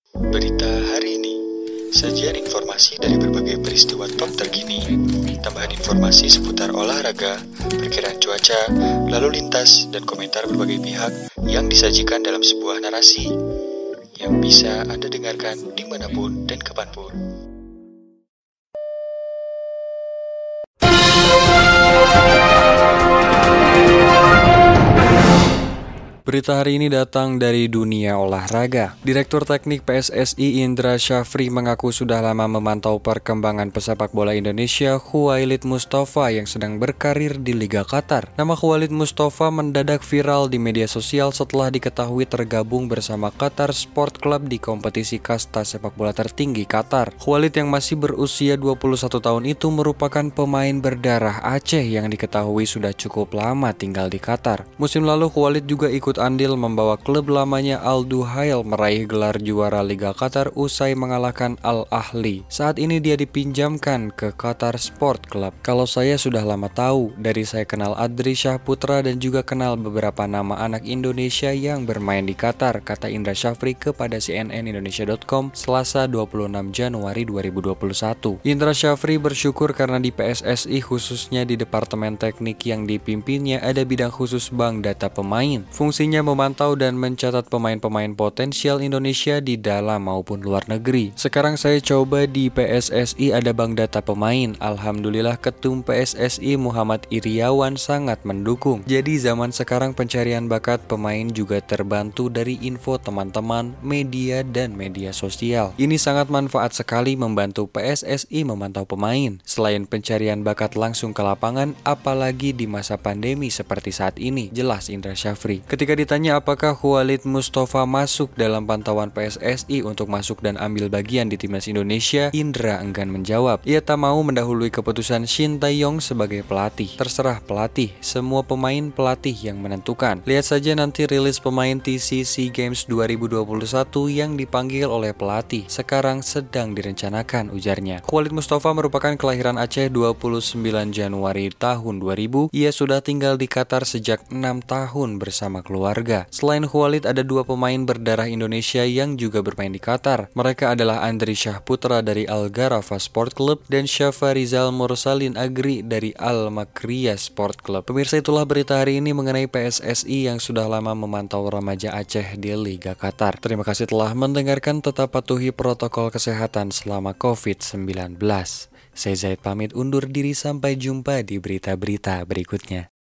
Berita hari ini, sajian informasi dari berbagai peristiwa top terkini, tambahan informasi seputar olahraga, perkiraan cuaca, lalu lintas, dan komentar berbagai pihak yang disajikan dalam sebuah narasi yang bisa Anda dengarkan dimanapun dan kapanpun. Berita hari ini datang dari dunia olahraga. Direktur Teknik PSSI Indra Syafri mengaku sudah lama memantau perkembangan pesepak bola Indonesia Khuwailid Mustafa yang sedang berkarir di Liga Qatar. Nama Khuwailid Mustafa mendadak viral di media sosial setelah diketahui tergabung bersama Qatar Sport Club di kompetisi kasta sepak bola tertinggi Qatar. Khuwailid yang masih berusia 21 tahun itu merupakan pemain berdarah Aceh yang diketahui sudah cukup lama tinggal di Qatar. Musim lalu Khuwailid juga ikut andil membawa klub lamanya Al Duhail meraih gelar juara Liga Qatar usai mengalahkan Al Ahli. Saat ini dia dipinjamkan ke Qatar Sport Club. Kalau saya sudah lama tahu, dari saya kenal Adri Syahputra dan juga kenal beberapa nama anak Indonesia yang bermain di Qatar, kata Indra Syafri kepada cnnindonesia.com Selasa 26 Januari 2021. Indra Syafri bersyukur karena di PSSI khususnya di Departemen Teknik yang dipimpinnya ada bidang khusus bank data pemain. Fungsinya memantau dan mencatat pemain-pemain potensial Indonesia di dalam maupun luar negeri. Sekarang saya coba di PSSI ada bank data pemain. Alhamdulillah Ketum PSSI Muhammad Iriawan sangat mendukung. Jadi zaman sekarang pencarian bakat pemain juga terbantu dari info teman-teman, media, dan media sosial. Ini sangat manfaat sekali membantu PSSI memantau pemain. Selain pencarian bakat langsung ke lapangan, apalagi di masa pandemi seperti saat ini, jelas Indra Syafri. Ketika ditanya apakah Khuwailid Mustafa masuk dalam pantauan PSSI untuk masuk dan ambil bagian di timnas Indonesia, Indra enggan menjawab. Ia tak mau mendahului keputusan Shin Tae-yong sebagai pelatih. Terserah pelatih, semua pemain pelatih yang menentukan. Lihat saja nanti rilis pemain TCC Games 2021 yang dipanggil oleh pelatih. Sekarang sedang direncanakan, ujarnya. Khuwailid Mustafa merupakan kelahiran Aceh 29 Januari tahun 2000. Ia sudah tinggal di Qatar sejak 6 tahun bersama keluarga. Selain Khuwailid, ada dua pemain berdarah Indonesia yang juga bermain di Qatar. Mereka adalah Andri Syahputra dari Al Gharafa Sport Club dan Syafarizal Mursalin Agri dari Al Makriyah Sport Club. Pemirsa, itulah berita hari ini mengenai PSSI yang sudah lama memantau remaja Aceh di Liga Qatar. Terima kasih telah mendengarkan. Tetap patuhi protokol kesehatan selama COVID-19. Saya Zaid pamit undur diri, sampai jumpa di berita-berita berikutnya.